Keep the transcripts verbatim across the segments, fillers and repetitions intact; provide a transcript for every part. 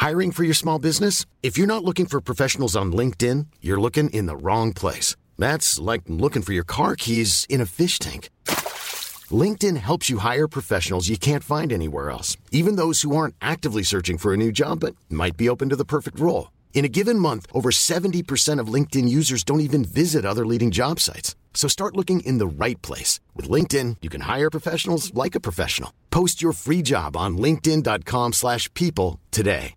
Hiring for your small business? If you're not looking for professionals on LinkedIn, you're looking in the wrong place. That's like looking for your car keys in a fish tank. LinkedIn helps you hire professionals you can't find anywhere else, even those who aren't actively searching for a new job but might be open to the perfect role. In a given month, over seventy percent of LinkedIn users don't even visit other leading job sites. So start looking in the right place. With LinkedIn, you can hire professionals like a professional. Post your free job on linkedin.com slash people today.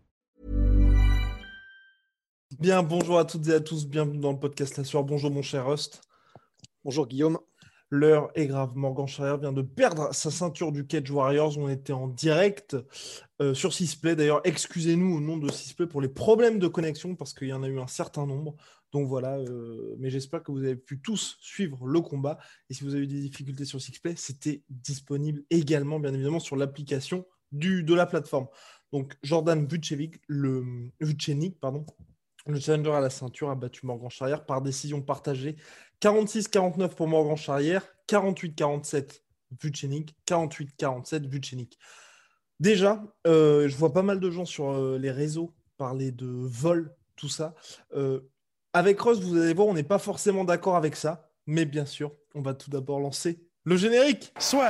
Bien, bonjour à toutes et à tous, bienvenue dans le podcast La Sueur. Bonjour mon cher Rust. Bonjour Guillaume. L'heure est grave, Morgan Charrière vient de perdre sa ceinture du Cage Warriors. On était en direct euh, sur Sisplay. D'ailleurs, excusez-nous au nom de Sisplay pour les problèmes de connexion parce qu'il y en a eu un certain nombre. Donc voilà, euh, mais j'espère que vous avez pu tous suivre le combat. Et si vous avez eu des difficultés sur Sisplay, c'était disponible également, bien évidemment, sur l'application du, de la plateforme. Donc Jordan Vucevic, le Vucenic, pardon, le challenger à la ceinture, a battu Morgan Charrière par décision partagée. quarante-six quarante-neuf pour Morgan Charrière, quarante-huit quarante-sept Vucenic, quarante-huit quarante-sept Vucenic. Déjà, euh, je vois pas mal de gens sur euh, les réseaux parler de vol, tout ça. Euh, avec Ross, vous allez voir, on n'est pas forcément d'accord avec ça. Mais bien sûr, on va tout d'abord lancer le générique. Soit.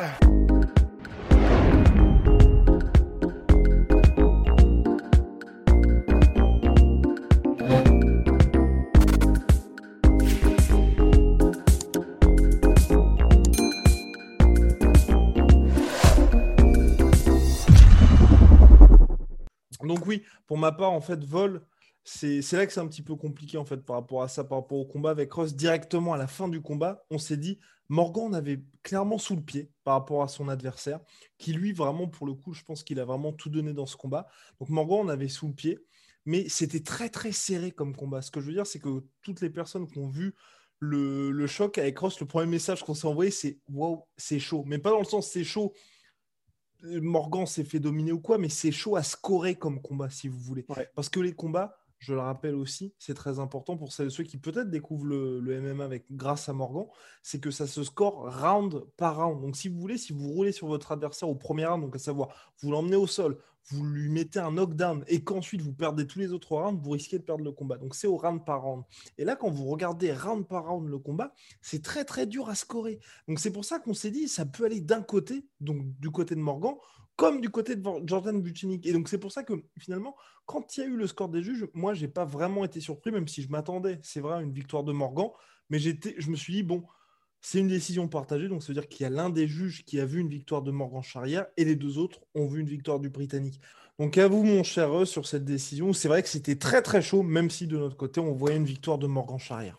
Donc oui, pour ma part, en fait, vol, c'est, c'est là que c'est un petit peu compliqué en fait par rapport à ça, par rapport au combat avec Ross. Directement à la fin du combat, on s'est dit, Morgan avait clairement sous le pied par rapport à son adversaire, qui lui, vraiment, pour le coup, je pense qu'il a vraiment tout donné dans ce combat. Donc Morgan, on avait sous le pied, mais c'était très, très serré comme combat. Ce que je veux dire, c'est que toutes les personnes qui ont vu le, le choc avec Ross, le premier message qu'on s'est envoyé, c'est « Wow, c'est chaud ». Mais pas dans le sens « c'est chaud ». Morgan s'est fait dominer ou quoi, mais c'est chaud à scorer comme combat, si vous voulez. Ouais. Parce que les combats, je le rappelle aussi, c'est très important pour celles et ceux qui peut-être découvrent le, le M M A avec, grâce à Morgan, c'est que ça se score round par round. Donc si vous voulez, si vous roulez sur votre adversaire au premier round, donc à savoir, vous l'emmenez au sol, vous lui mettez un knockdown et qu'ensuite vous perdez tous les autres rounds, vous risquez de perdre le combat. Donc c'est au round par round. Et là, quand vous regardez round par round le combat, c'est très très dur à scorer. Donc c'est pour ça qu'on s'est dit, ça peut aller d'un côté, donc du côté de Morgan, comme du côté de Jordan Vucenic. Et donc, c'est pour ça que, finalement, quand il y a eu le score des juges, moi, je n'ai pas vraiment été surpris, même si je m'attendais, c'est vrai, à une victoire de Morgan. Mais j'étais, je me suis dit, bon, c'est une décision partagée. Donc, ça veut dire qu'il y a l'un des juges qui a vu une victoire de Morgan Charrière et les deux autres ont vu une victoire du Britannique. Donc, à vous, mon cher E, sur cette décision. C'est vrai que c'était très, très chaud, même si, de notre côté, on voyait une victoire de Morgan Charrière.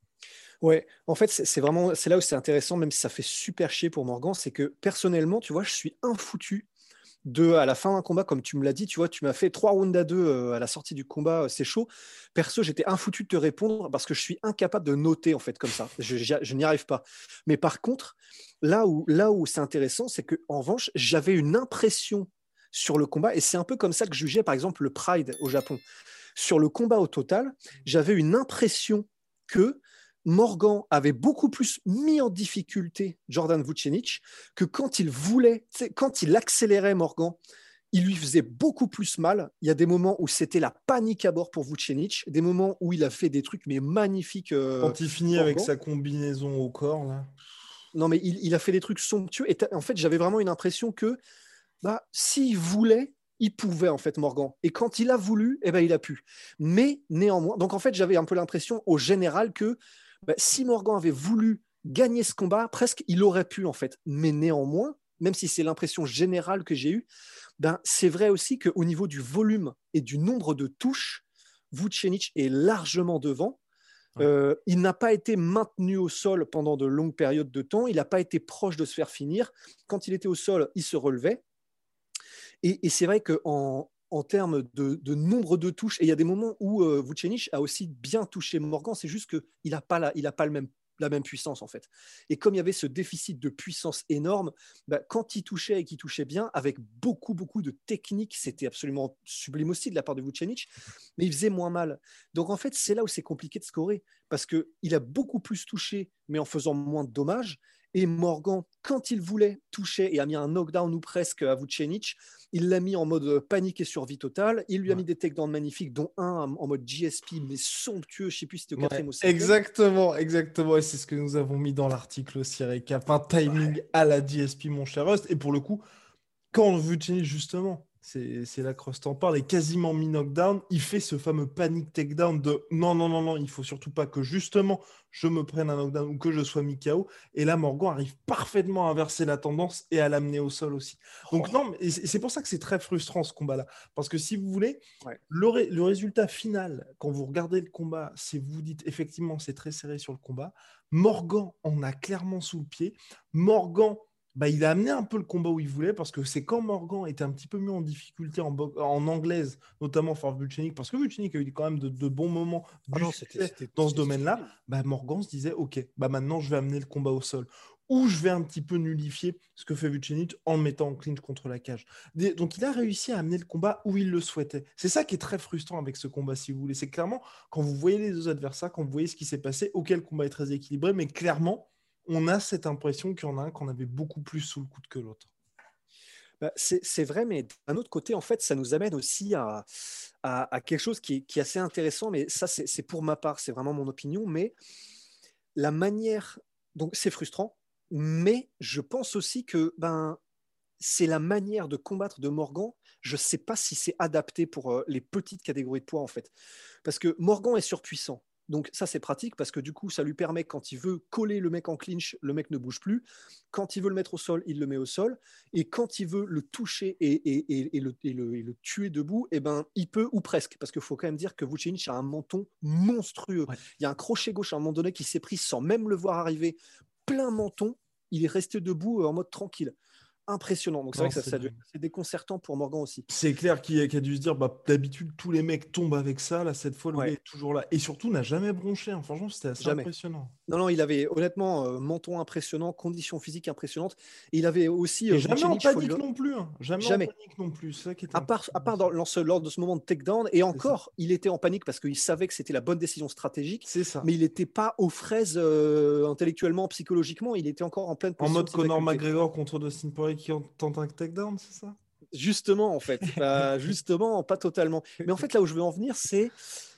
Ouais, en fait, c'est, c'est vraiment, c'est là où c'est intéressant, même si ça fait super chier pour Morgan, c'est que, personnellement, tu vois, je suis infoutu de, à la fin d'un combat, comme tu me l'as dit, tu vois, tu m'as fait trois rounds à deux euh, à la sortie du combat, euh, c'est chaud. Perso, j'étais infoutu de te répondre parce que je suis incapable de noter, en fait, comme ça. Je, je, je n'y arrive pas. Mais par contre, là où, là où c'est intéressant, c'est qu'en revanche, j'avais une impression sur le combat, et c'est un peu comme ça que je jugeais, par exemple, le Pride au Japon. Sur le combat au total, j'avais une impression que Morgan avait beaucoup plus mis en difficulté Jordan Vucenic que quand il voulait, quand il accélérait Morgan, il lui faisait beaucoup plus mal. Il y a des moments où c'était la panique à bord pour Vucenic, des moments où il a fait des trucs mais magnifiques. Euh, quand il finit Morgan. Avec sa combinaison au corps, là. Non, mais il, il a fait des trucs somptueux. Et en fait, j'avais vraiment une impression que bah, s'il voulait, il pouvait en fait Morgan. Et quand il a voulu, eh ben, il a pu. Mais néanmoins, donc en fait, j'avais un peu l'impression au général que bah, si Morgan avait voulu gagner ce combat, presque, il aurait pu en fait. Mais néanmoins, même si c'est l'impression générale que j'ai eue, ben, c'est vrai aussi qu'au niveau du volume et du nombre de touches, Vucenic est largement devant. Ouais. Euh, il n'a pas été maintenu au sol pendant de longues périodes de temps. Il n'a pas été proche de se faire finir. Quand il était au sol, il se relevait. Et, et c'est vrai qu'en en termes de, de nombre de touches, et il y a des moments où euh, Vucenic a aussi bien touché Morgan, c'est juste qu'il n'a pas, la, il a pas le même, la même puissance en fait. Et comme il y avait ce déficit de puissance énorme, bah, quand il touchait et qu'il touchait bien, avec beaucoup, beaucoup de technique, c'était absolument sublime aussi de la part de Vucenic, mais il faisait moins mal. Donc en fait, c'est là où c'est compliqué de scorer, parce qu'il a beaucoup plus touché, mais en faisant moins de dommages. Et Morgan, quand il voulait, touchait et a mis un knockdown ou presque à Vucenic. Il l'a mis en mode panique et survie totale. Il lui a Ouais. mis des takedowns magnifiques, dont un en mode G S P, mais somptueux. Je ne sais plus si c'était au Ouais, quatrième ou cinquième. exactement, exactement. Et c'est ce que nous avons mis dans l'article aussi, récap. Un timing Ouais. à la G S P, mon cher Rust. Et pour le coup, quand Vucenic, justement, c'est c'est là que Rust en parle, est quasiment mi-knockdown, il fait ce fameux panic takedown de non, non, non, non, il faut surtout pas que justement je me prenne un knockdown ou que je sois mis K O. Et là, Morgan arrive parfaitement à inverser la tendance et à l'amener au sol aussi. Donc, Oh. non, mais c'est c'est pour ça que c'est très frustrant ce combat-là. Parce que si vous voulez, Ouais. le, ré- le résultat final, quand vous regardez le combat, c'est vous vous dites effectivement c'est très serré sur le combat. Morgan en a clairement sous le pied. Morgan, bah, il a amené un peu le combat où il voulait parce que c'est quand Morgan était un petit peu mieux en difficulté en, bo- en anglaise, notamment face Vucenic, parce que Vucenic a eu quand même de, de bons moments Ah du non, c'était, succès c'était, dans ce c'était domaine-là. sublime. Bah, Morgan se disait ok, bah maintenant je vais amener le combat au sol. Ou je vais un petit peu nullifier ce que fait Vucenic en le mettant en clinch contre la cage. Des- Donc il a réussi à amener le combat où il le souhaitait. C'est ça qui est très frustrant avec ce combat, si vous voulez. C'est clairement quand vous voyez les deux adversaires, quand vous voyez ce qui s'est passé, ok, le combat est très équilibré, mais clairement, on a cette impression qu'il y en a un qu'on avait beaucoup plus sous le coude que l'autre. Bah, c'est, c'est vrai, mais d'un autre côté, en fait, ça nous amène aussi à, à, à quelque chose qui est, qui est assez intéressant, mais ça, c'est, c'est pour ma part, c'est vraiment mon opinion, mais la manière, donc c'est frustrant, mais je pense aussi que ben, c'est la manière de combattre de Morgan. Je ne sais pas si c'est adapté pour euh, les petites catégories de poids, en fait. Parce que Morgan est surpuissant. Donc ça, c'est pratique parce que du coup, ça lui permet, quand il veut coller le mec en clinch, le mec ne bouge plus. Quand il veut le mettre au sol, il le met au sol. Et quand il veut le toucher et, et, et, et, le, et, le, et le tuer debout, eh ben, il peut ou presque. Parce qu'il faut quand même dire que Vucenic a un menton monstrueux. Ouais. Il y a un crochet gauche à un moment donné qui s'est pris sans même le voir arriver. Plein menton. Il est resté debout en mode tranquille. Impressionnant. Donc c'est Non, vrai que ça, c'est ça dingue. c'est déconcertant pour Morgan aussi. C'est clair qu'il a, qu'il a dû se dire, bah, d'habitude, tous les mecs tombent avec ça. Là, cette fois, le gars Ouais, est toujours là. Et surtout, n'a jamais bronché. Hein. Franchement, c'était assez jamais. impressionnant. Non, non, il avait honnêtement euh, menton impressionnant, conditions physiques impressionnantes. Et il avait aussi Et euh, jamais en Vucenic, faut panique le... non plus. Hein. Jamais en jamais. panique non plus. C'est ça qui était À part, à impressionnant part aussi. dans, dans ce, lors de ce moment de takedown, et C'est ça. encore, il était en panique parce qu'il savait que c'était la bonne décision stratégique, C'est ça. mais il n'était pas aux fraises euh, intellectuellement, psychologiquement, il était encore en pleine En possession mode de ses Conor facultés. McGregor contre Dustin Poirier qui en- tente un takedown, c'est ça? Justement, en fait, bah, justement, pas totalement. Mais en fait, là où je veux en venir, c'est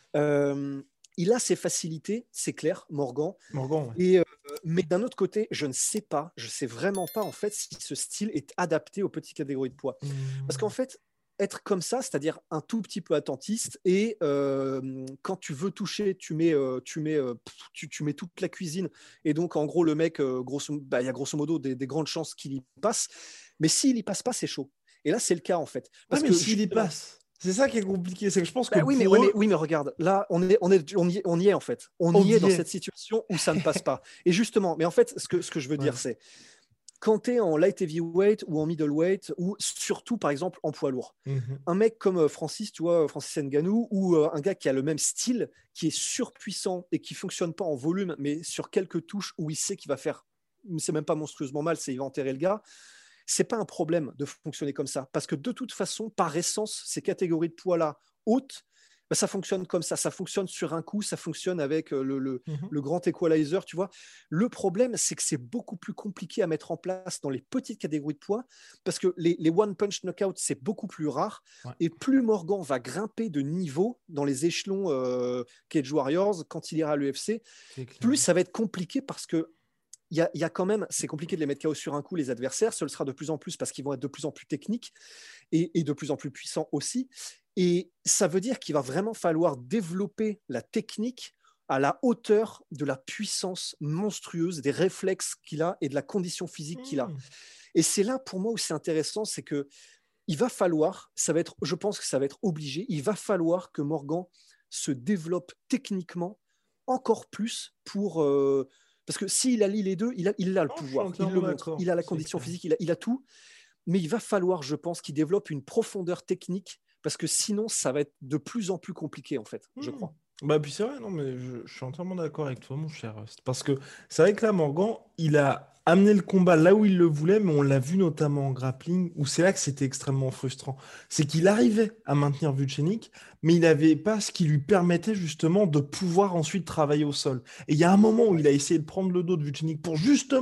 euh, il a ses facilités, c'est clair, Morgan. Morgan, ouais. Et, euh, mais d'un autre côté, je ne sais pas, je sais vraiment pas en fait si ce style est adapté aux petites catégories de poids. Parce qu'en Mmh. fait, être comme ça, c'est-à-dire un tout petit peu attentiste, et euh, quand tu veux toucher, tu mets, euh, tu, mets, euh, pff, tu, tu mets toute la cuisine, et donc en gros, le mec, euh, grosso, bah, il y a grosso modo des, des grandes chances qu'il y passe, mais s'il y passe pas, c'est chaud. Et là, c'est le cas en fait. Ouais, Parce mais que s'il y justement, passe, c'est ça qui est compliqué. C'est que je pense que bah oui, mais, pour ouais, mais, eux, oui, mais regarde, là, on, est, on, est, on, y, est, on y est en fait. On on y est y dans est. cette situation où ça ne passe pas. Et justement, mais en fait, ce que, ce que je veux Ouais. dire, c'est quand tu es en light heavyweight ou en middleweight, ou surtout, par exemple, en poids lourd, Mhm. un mec comme euh, Francis, tu vois, Francis Ngannou, ou euh, un gars qui a le même style, qui est surpuissant et qui fonctionne pas en volume, mais sur quelques touches où il sait qu'il va faire, c'est même pas monstrueusement mal, c'est il va enterrer le gars. C'est pas un problème de fonctionner comme ça, parce que de toute façon, par essence, ces catégories de poids-là hautes, bah, ça fonctionne comme ça. Ça fonctionne sur un coup, ça fonctionne avec euh, le, le, Mhm. le grand equalizer, tu vois. Le problème, c'est que c'est beaucoup plus compliqué à mettre en place dans les petites catégories de poids, parce que les, les one-punch knockouts, c'est beaucoup plus rare. Ouais. Et plus Morgan va grimper de niveau dans les échelons euh, Cage Warriors, quand il ira à l'U F C, C'est clair. plus ça va être compliqué parce que il y, a, il y a quand même, c'est compliqué de les mettre K O sur un coup, les adversaires. Ce le sera de plus en plus parce qu'ils vont être de plus en plus techniques et, et de plus en plus puissants aussi. Et ça veut dire qu'il va vraiment falloir développer la technique à la hauteur de la puissance monstrueuse, des réflexes qu'il a et de la condition physique qu'il a. Mmh. Et c'est là pour moi où c'est intéressant, c'est que il va falloir, ça va être, je pense que ça va être obligé, il va falloir que Morgan se développe techniquement encore plus pour. Euh, parce que s'il allie les deux, il a, il a le Non, je suis pouvoir, il entièrement le montre, d'accord. il a la C'est condition clair. physique, il a, il a tout. Mais il va falloir, je pense, qu'il développe une profondeur technique parce que sinon, ça va être de plus en plus compliqué, en fait, je Mmh. crois. Bah, puis c'est vrai, non, mais je, je suis entièrement d'accord avec toi, mon cher Rust. Parce que c'est vrai que là, Morgan, il a amené le combat là où il le voulait, mais on l'a vu notamment en grappling, où c'est là que c'était extrêmement frustrant. C'est qu'il arrivait à maintenir Vucenic, mais il n'avait pas ce qui lui permettait justement de pouvoir ensuite travailler au sol. Et il y a un moment où Ouais. il a essayé de prendre le dos de Vucenic pour justement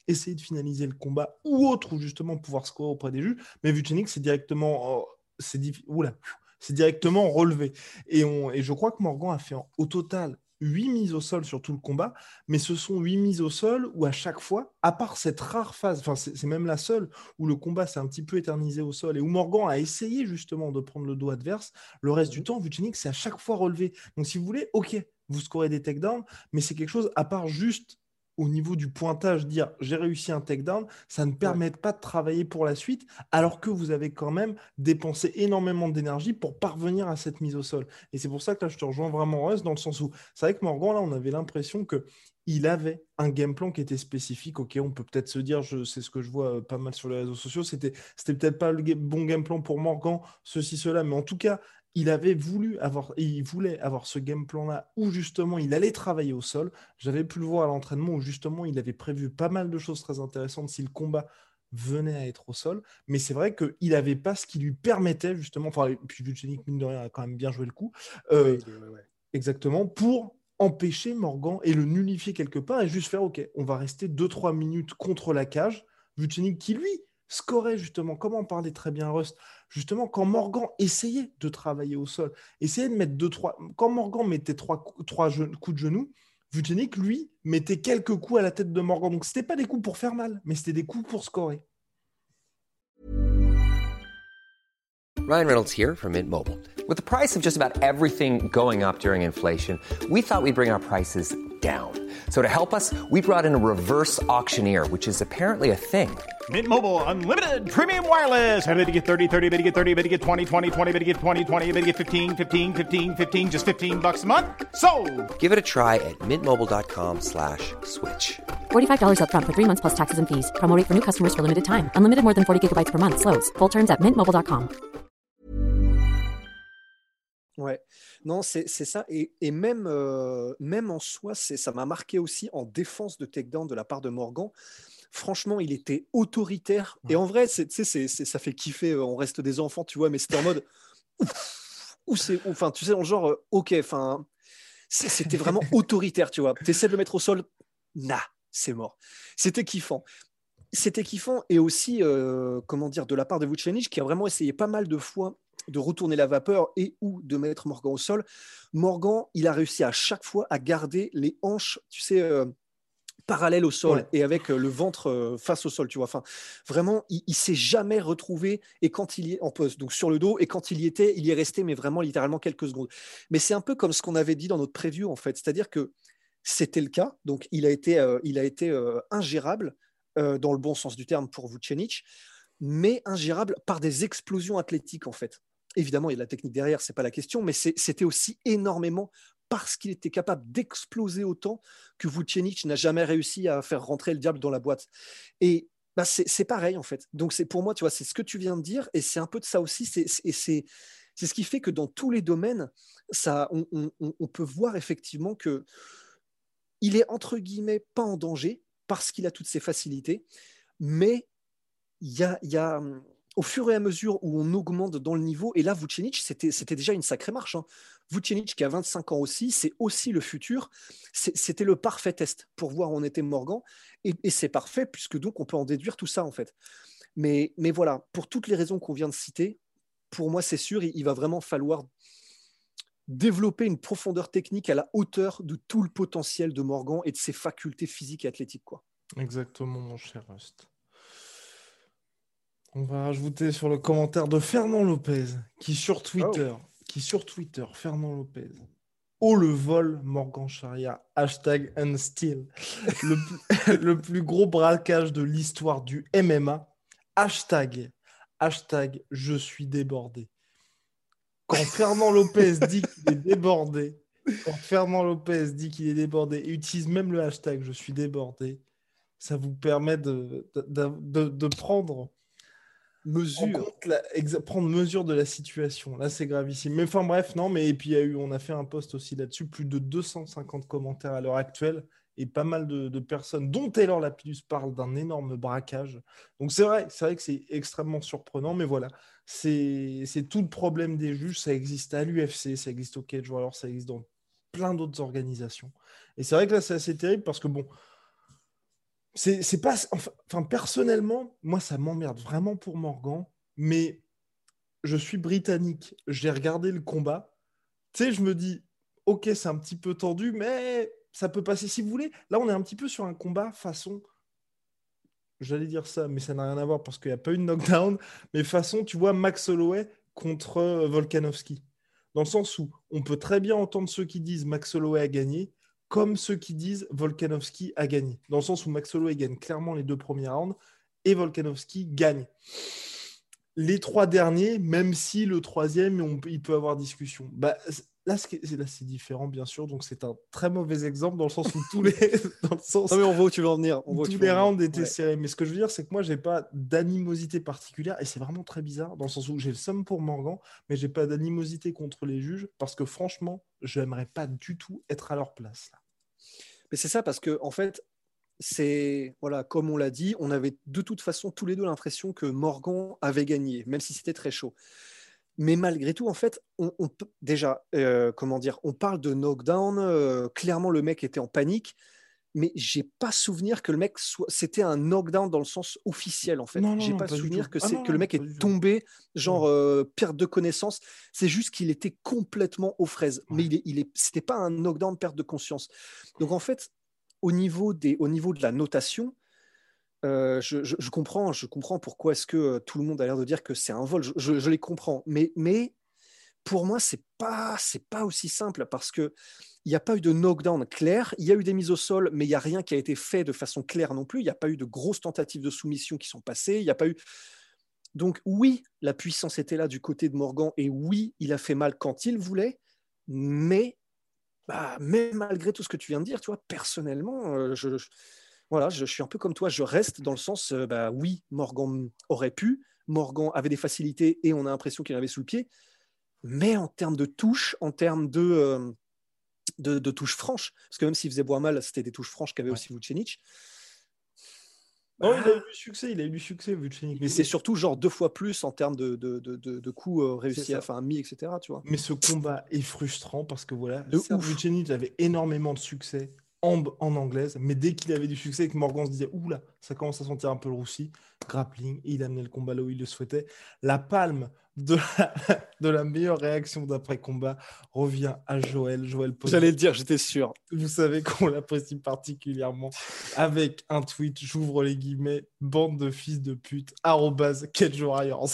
essayer de finaliser le combat ou autre, ou justement pouvoir scorer auprès des juges. Mais Vucenic, c'est directement, oh, c'est, diffi- Oula, c'est directement relevé. Et, on, et je crois que Morgan a fait en, au total huit mises au sol sur tout le combat, mais ce sont huit mises au sol où à chaque fois, à part cette rare phase, enfin c'est, c'est même la seule où le combat s'est un petit peu éternisé au sol et où Morgan a essayé justement de prendre le dos adverse, le reste Mhm. du temps, Vucenic c'est à chaque fois relevé. Donc si vous voulez, ok, vous scorez des takedowns, mais c'est quelque chose, à part juste au niveau du pointage, dire j'ai réussi un takedown, ça ne permet Ouais. pas de travailler pour la suite, alors que vous avez quand même dépensé énormément d'énergie pour parvenir à cette mise au sol. Et c'est pour ça que là, je te rejoins vraiment, Russ, dans le sens où c'est vrai que Morgan, là, on avait l'impression que il avait un game plan qui était spécifique. Ok, on peut peut-être se dire, je, c'est ce que je vois euh, pas mal sur les réseaux sociaux, c'était, c'était peut-être pas le ga- bon game plan pour Morgan, ceci, cela, mais en tout cas, il avait voulu avoir, il voulait avoir ce game plan-là où justement il allait travailler au sol. J'avais pu le voir à l'entraînement où justement il avait prévu pas mal de choses très intéressantes si le combat venait à être au sol. Mais c'est vrai qu'il n'avait pas ce qui lui permettait justement, enfin, et puis Vucenic, mine de rien, a quand même bien joué le coup, euh, Ouais, il est- ouais, ouais. exactement, pour empêcher Morgan et le nullifier quelque part et juste faire, OK, on va rester deux trois minutes contre la cage. Vucenic qui, lui, scorait justement, comme en parlait très bien Rust, justement, quand Morgan essayait de travailler au sol, essayait de mettre deux trois quand Morgan mettait trois, trois ge- coups de genou, Vucenic, lui, mettait quelques coups à la tête de Morgan. Donc, c'était pas des coups pour faire mal, mais c'était des coups pour scorer. Ryan Reynolds here from Mint Mobile. With the price of just about everything going up during inflation, we thought we'd bring our prices down. So to help us, we brought in a reverse auctioneer, which is apparently a thing. Mint Mobile Unlimited Premium Wireless. How to get thirty, thirty, how to get thirty, how to get twenty, twenty, twenty, how to get twenty, twenty, how to get fifteen, fifteen, fifteen, fifteen, just fifteen bucks a month? Sold! Give it a try at mintmobile.com slash switch. forty-five dollars up front for three months plus taxes and fees. Promo rate for new customers for limited time. Unlimited more than forty gigabytes per month. Slows full terms at mint mobile dot com. Ouais, non, c'est c'est ça. Et, et même, euh, même en soi, c'est, ça m'a marqué aussi en défense de takedown de la part de Morgan. Franchement, il était autoritaire. Et en vrai, c'est, tu sais, c'est, c'est- ça fait kiffer. euh, On reste des enfants, tu vois, mais c'était en mode. Ou c'est, enfin, tu sais, dans le genre, euh, ok, enfin, c'est- c'était vraiment autoritaire, tu vois. Tu essaies de le mettre au sol, nah, c'est mort. C'était kiffant. C'était kiffant et aussi, euh, comment dire, de la part de Vucenic qui a vraiment essayé pas mal de fois de retourner la vapeur et ou de mettre Morgan au sol. Morgan, il a réussi à chaque fois à garder les hanches, tu sais, euh, parallèles au sol Ouais. et avec euh, le ventre euh, face au sol, tu vois. Enfin, vraiment, il, il s'est jamais retrouvé et quand il y est en pose, donc sur le dos, et quand il y était, il y est resté, mais vraiment littéralement quelques secondes. Mais c'est un peu comme ce qu'on avait dit dans notre preview, en fait, c'est-à-dire que c'était le cas. Donc, il a été, euh, il a été euh, ingérable euh, dans le bon sens du terme pour Vucenic, mais ingérable par des explosions athlétiques, en fait. Évidemment, il y a de la technique derrière, c'est pas la question, mais c'est- c'était aussi énormément parce qu'il était capable d'exploser autant que Vucenic n'a jamais réussi à faire rentrer le diable dans la boîte. Et bah, c'est c'est pareil, en fait. Donc, c'est pour moi, tu vois, c'est ce que tu viens de dire, et c'est un peu de ça aussi. C'est c'est- c'est- c'est ce qui fait que dans tous les domaines, ça, on, on- on- on peut voir effectivement que il est entre guillemets pas en danger parce qu'il a toutes ses facilités, mais il y a, il y a, hum, au fur et à mesure où on augmente dans le niveau, et là, Vucenic, c'était, c'était déjà une sacrée marche. Hein. Vucenic, qui a vingt-cinq ans aussi, c'est aussi le futur. C'est- C'était le parfait test pour voir où on était Morgan, et, et c'est parfait, puisque donc on peut en déduire tout ça, en fait. Mais, mais voilà, pour toutes les raisons qu'on vient de citer, pour moi, c'est sûr, il, il va vraiment falloir développer une profondeur technique à la hauteur de tout le potentiel de Morgan et de ses facultés physiques et athlétiques, quoi. Exactement, mon cher Rust. On va rajouter sur le commentaire de Fernand Lopez, qui sur Oh. Twitter, qui sur Twitter, Fernand Lopez, oh le vol Morgan Charia, hashtag unstill, le, plus- le plus gros braquage de l'histoire du M M A, hashtag, hashtag je suis débordé. Quand Fernand Lopez dit qu'il est débordé, quand Fernand Lopez dit qu'il est débordé et utilise même le hashtag je suis débordé, ça vous permet de, de, de, de- de prendre en Mesure. compte la- exa- prendre mesure de la situation. Là, c'est gravissime. Mais enfin, bref, non, mais et puis il y a eu, on a fait un post aussi là-dessus, plus de deux cent cinquante commentaires à l'heure actuelle et pas mal de, de personnes, dont Taylor Lapidus, parlent d'un énorme braquage. Donc c'est vrai, c'est vrai que c'est extrêmement surprenant, mais voilà, c'est c'est tout le problème des juges. Ça existe à l'U F C, ça existe au Cage Warriors, ça existe dans plein d'autres organisations. Et c'est vrai que là, c'est assez terrible parce que bon, c'est, c'est pas. Enfin, enfin, personnellement, moi, ça m'emmerde vraiment pour Morgan, mais je suis britannique. J'ai regardé le combat. Tu sais, je me dis, ok, c'est un petit peu tendu, mais ça peut passer si vous voulez. Là, on est un petit peu sur un combat façon. J'allais dire ça, mais ça n'a rien à voir parce qu'il n'y a pas eu de knockdown. Mais façon, tu vois, Max Holloway contre euh, Volkanovski. Dans le sens où on peut très bien entendre ceux qui disent Max Holloway a gagné, comme ceux qui disent Volkanovski a gagné. Dans le sens où Max Holloway gagne clairement les deux premiers rounds et Volkanovski gagne les trois derniers, même si le troisième, on, il peut avoir discussion. Bah, là, c'est, là, c'est différent, bien sûr. Donc, c'est un très mauvais exemple dans le sens où tous les, dans le sens, Non, mais on voit où tu veux en venir. On voit où tous tu veux les en venir. rounds étaient Ouais. serrés. Mais ce que je veux dire, c'est que moi, j'ai pas d'animosité particulière et c'est vraiment très bizarre dans le sens où j'ai le seum pour Morgan, mais j'ai pas d'animosité contre les juges parce que franchement, j'aimerais pas du tout être à leur place. Là. Mais c'est ça parce que en fait, c'est voilà, comme on l'a dit, on avait de toute façon tous les deux l'impression que Morgan avait gagné, même si c'était très chaud. Mais malgré tout, en fait, on, on peut- déjà, euh, comment dire, on parle de knockdown. Euh, clairement, le mec était en panique, mais j'ai pas souvenir que le mec soit. C'était un knockdown dans le sens officiel, en fait. Non, non, J'ai non, pas pas du souvenir tout. que Ah c'est non, que le non, mec pas est du tout. tombé, genre Ouais. euh, perte de connaissance. C'est juste qu'il était complètement aux fraises. Mais Ouais. il est, il est, c'était pas un knockdown perte de conscience. Donc en fait, au niveau des, au niveau de la notation. Euh, je, je- je comprends, je comprends pourquoi est-ce que euh, tout le monde a l'air de dire que c'est un vol. Je, je- je les comprends, mais, mais pour moi, c'est pas, c'est pas aussi simple parce que il n'y a pas eu de knockdown clair. Il y a eu des mises au sol, mais il n'y a rien qui a été fait de façon claire non plus. Il n'y a pas eu de grosses tentatives de soumission qui sont passées. Il y a pas eu. Donc oui, la puissance était là du côté de Morgan et oui, il a fait mal quand il voulait, mais bah, même malgré tout ce que tu viens de dire, tu vois, personnellement, euh, je, je- voilà, je, je suis un peu comme toi. Je reste dans le sens, euh, bah oui, Morgan aurait pu. Morgan avait des facilités et on a l'impression qu'il en avait sous le pied. Mais en termes de touches, en termes de, euh, de, de touches franches, parce que même s'il faisait boire mal, c'était des touches franches qu'avait Ouais. aussi Vucenic. Non, il a eu Bah, du succès, il a eu du succès, Vucenic. Mais et c'est, surtout, genre deux fois plus en termes de, de, de, de, de coups euh, c'est réussis, ça. enfin mis, et cetera. Tu vois. Mais ce combat est frustrant parce que voilà, De certes, ouf. Vucenic avait énormément de succès en, en anglaise, mais dès qu'il avait du succès et que Morgan se disait oula, ça commence à sentir un peu le roussi, grappling, et il amenait le combat là où il le souhaitait. La palme de la, de la meilleure réaction d'après-combat revient à Joël, Joël Pozo. J'allais le dire, j'étais sûr. Vous savez qu'on l'apprécie particulièrement avec un tweet, j'ouvre les guillemets, bande de fils de pute, arrobase Cage Warriors.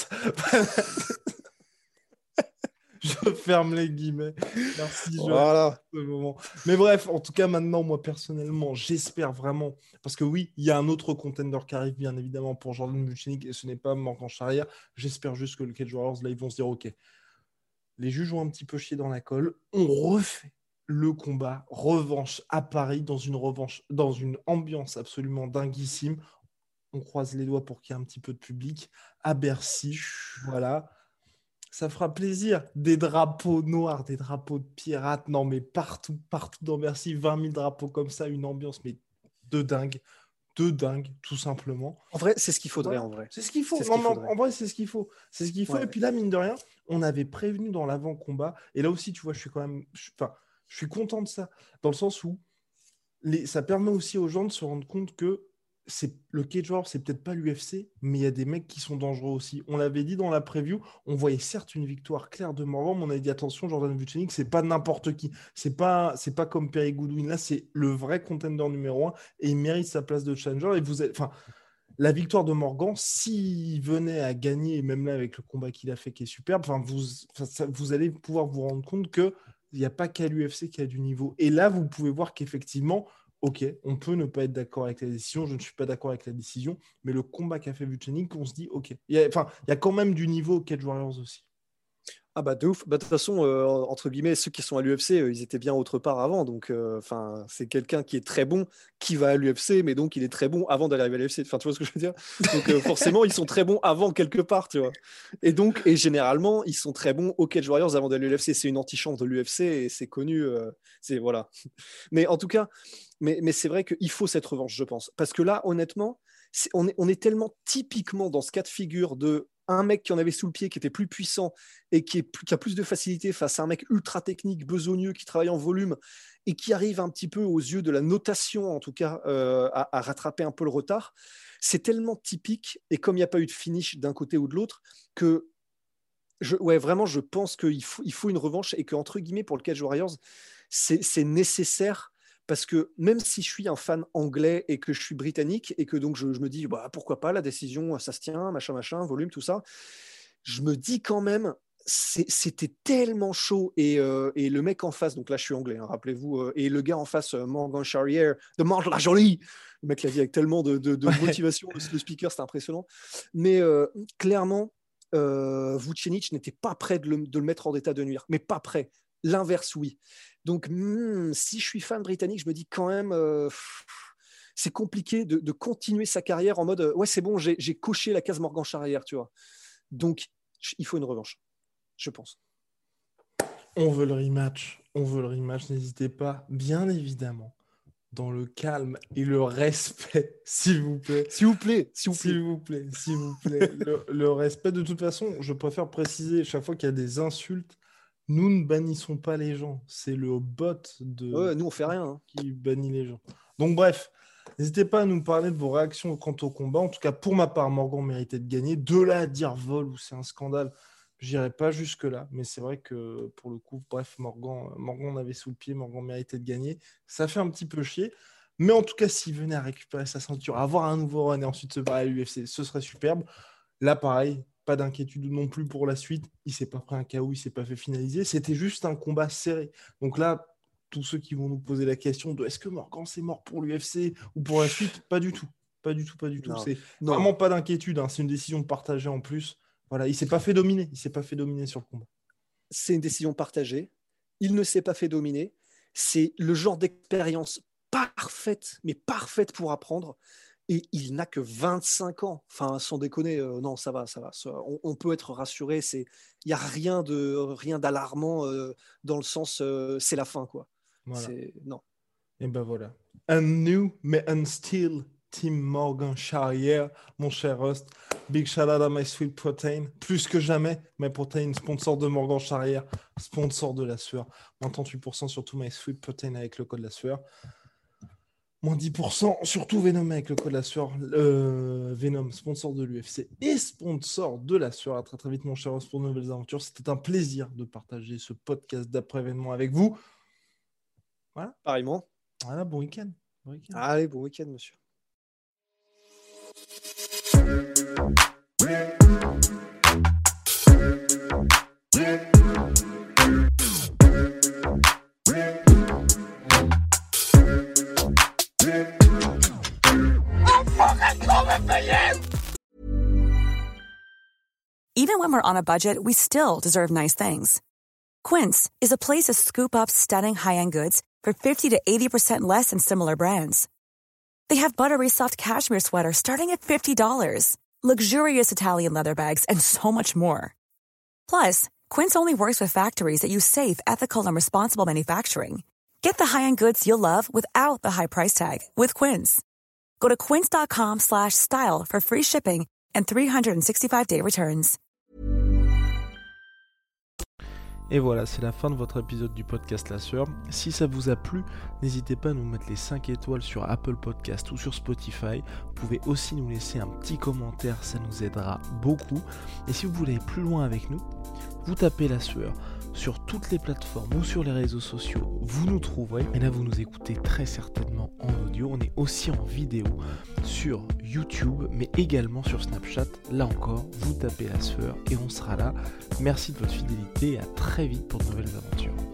Je ferme les guillemets. Merci, Joël, Voilà. pour ce moment. Mais bref, en tout cas, maintenant, moi, personnellement, j'espère vraiment, parce que oui, il y a un autre contender qui arrive, bien évidemment, pour Jordan Vucenic, et ce n'est pas Morgan Charrière. J'espère juste que le Cage Warriors, là, ils vont se dire, OK, les juges ont un petit peu chié dans la colle, on refait le combat, revanche à Paris, dans une revanche, dans une ambiance absolument dinguissime. On croise les doigts pour qu'il y ait un petit peu de public à Bercy. Voilà. Ça fera plaisir. Des drapeaux noirs, des drapeaux de pirates. Non, mais partout, partout dans Bercy, vingt mille drapeaux comme ça, une ambiance, mais de dingue. De dingue, tout simplement. En vrai, c'est ce qu'il faudrait, Voilà. en vrai. C'est ce qu'il faut. C'est ce Non, qu'il mais en- faudrait. en vrai, c'est ce qu'il faut. C'est ce qu'il faut. Ouais, Et ouais. puis là, mine de rien, on avait prévenu dans l'avant-combat. Et là aussi, tu vois, je suis quand même. je- Enfin, je suis content de ça. Dans le sens où les, ça permet aussi aux gens de se rendre compte que c'est, le Cage Warriors, c'est peut-être pas l'U F C, mais il y a des mecs qui sont dangereux aussi. On l'avait dit dans la preview, on voyait certes une victoire claire de Morgan, mais on avait dit attention, Jordan Vucenic, c'est pas n'importe qui. C'est pas, c'est pas comme Perry Goodwin. Là, c'est le vrai contender numéro un et il mérite sa place de challenger. Et vous êtes, enfin, la victoire de Morgan, s'il venait à gagner, et même là avec le combat qu'il a fait qui est superbe, enfin, vous, enfin, ça- vous allez pouvoir vous rendre compte qu'il n'y a pas qu'à l'U F C qui a du niveau. Et là, vous pouvez voir qu'effectivement, ok, on peut ne pas être d'accord avec la décision, je ne suis pas d'accord avec la décision, mais le combat qu'a fait Vucenic, on se dit, ok, il y a, enfin, il y a quand même du niveau au Cage Warriors aussi. Ah bah de ouf. Bah, de toute façon, euh, entre guillemets, ceux qui sont à l'U F C, euh, ils étaient bien autre part avant. Donc, euh, enfin, c'est quelqu'un qui est très bon, qui va à l'U F C, mais donc il est très bon avant d'aller arriver à l'U F C. Enfin, tu vois ce que je veux dire? Donc euh, forcément, ils sont très bons avant quelque part, tu vois. Et donc, et généralement, ils sont très bons au Cage Warriors avant d'aller à l'U F C. C'est une antichambre de l'U F C et c'est connu. euh, c'est voilà. Mais en tout cas, mais, mais c'est vrai qu'il faut cette revanche, je pense, parce que là, honnêtement, c'est- on est, on est tellement typiquement dans ce cas de figure de un mec qui en avait sous le pied, qui était plus puissant et qui, est plus, qui a plus de facilité face à un mec ultra technique, besogneux, qui travaille en volume et qui arrive un petit peu aux yeux de la notation, en tout cas, euh, à, à rattraper un peu le retard. C'est tellement typique, et comme il n'y a pas eu de finish d'un côté ou de l'autre, que je, ouais, vraiment, je pense qu'il faut, il faut une revanche et qu'entre guillemets, pour le Cage Warriors, c'est, c'est nécessaire. Parce que même si je suis un fan anglais et que je suis britannique et que donc je, je me dis bah, pourquoi pas, la décision, ça se tient, machin, machin, volume, tout ça, je me dis quand même, c'est, c'était tellement chaud. Et, euh, et le mec en face, donc là je suis anglais, hein, rappelez-vous, euh, et le gars en face, euh, Morgan Charrière, de Mange la Jolie, le mec l'a dit avec tellement de, de, de ouais. motivation, le, le speaker, c'était impressionnant. Mais euh, clairement, euh, Vucenic n'était pas prêt de le, de le mettre en état de nuire, mais pas prêt. L'inverse, oui. Donc, hmm, si je suis fan britannique, je me dis quand même, euh, c'est compliqué de, de continuer sa carrière en mode, euh, ouais, c'est bon, j'ai, j'ai coché la case Morgan Charrière, tu vois. Donc, il faut une revanche, je pense. On veut le rematch, on veut le rematch, n'hésitez pas, bien évidemment, dans le calme et le respect, s'il vous plaît. S'il vous plaît, s'il vous plaît. S'il vous plaît, s'il vous plaît. le, le respect, de toute façon, je préfère préciser, chaque fois qu'il y a des insultes, nous ne bannissons pas les gens. C'est le bot de... Ouais, nous, on fait rien. Hein. Qui bannit les gens. Donc, bref, n'hésitez pas à nous parler de vos réactions quant au combat. En tout cas, pour ma part, Morgan méritait de gagner. De là à dire vol ou c'est un scandale, je n'irai pas jusque-là. Mais c'est vrai que, pour le coup, bref, Morgan, Morgan avait sous le pied. Morgan méritait de gagner. Ça fait un petit peu chier. Mais en tout cas, s'il venait à récupérer sa ceinture, avoir un nouveau run et ensuite se barrer à l'U F C, ce serait superbe. Là, pareil, pas d'inquiétude non plus pour la suite. Il ne s'est pas pris un K O, il ne s'est pas fait finaliser. C'était juste un combat serré. Donc là, tous ceux qui vont nous poser la question de est-ce que Morgan c'est mort pour l'U F C ou pour la suite, pas du tout. Pas du tout, pas du tout. Non. C'est non. vraiment pas d'inquiétude. Hein. C'est une décision partagée en plus. Voilà, il ne s'est pas fait dominer. Il ne s'est pas fait dominer sur le combat. C'est une décision partagée. Il ne s'est pas fait dominer. C'est le genre d'expérience parfaite, mais parfaite pour apprendre. Et il n'a que vingt-cinq ans. Enfin, sans déconner, euh, non, ça va, ça va. Ça, on, on peut être rassuré. Il n'y a rien, de, rien d'alarmant euh, dans le sens, euh, c'est la fin, quoi. Voilà. C'est, non. Et ben voilà. Un new, mais un still Team Morgan Charrière, mon cher Rust. Big shout out à My Sweet Protein. Plus que jamais, My Protein, sponsor de Morgan Charrière, sponsor de la sueur. Moins trente-huit pour cent sur tout My Sweet Protein avec le code la sueur. Moins dix pour cent, surtout Venom avec le code la sueur. Euh, Venom, sponsor de l'U F C et sponsor de la sueur. À très très vite, mon cher Ross, pour de nouvelles aventures. C'était un plaisir de partager ce podcast d'après-événement avec vous. Voilà. Pareillement. Voilà, bon week-end. Bon week-end. Allez, bon week-end, monsieur. Even when we're on a budget, we still deserve nice things. Quince is a place to scoop up stunning high-end goods for fifty to eighty percent less than similar brands. They have buttery soft cashmere sweaters starting at fifty dollars, luxurious Italian leather bags, and so much more. Plus, Quince only works with factories that use safe, ethical, and responsible manufacturing. Get the high-end goods you'll love without the high price tag with Quince. Go to quince.com slash style for free shipping and three sixty-five day returns. Et voilà, c'est la fin de votre épisode du podcast La Sueur. Si ça vous a plu, n'hésitez pas à nous mettre les cinq étoiles sur Apple Podcast ou sur Spotify. Vous pouvez aussi nous laisser un petit commentaire, ça nous aidera beaucoup. Et si vous voulez aller plus loin avec nous, vous tapez La Sueur sur toutes les plateformes ou sur les réseaux sociaux, vous nous trouverez. Et là, vous nous écoutez très certainement en audio. On est aussi en vidéo sur YouTube, mais également sur Snapchat. Là encore, vous tapez La Sueur et on sera là. Merci de votre fidélité et à très vite pour de nouvelles aventures.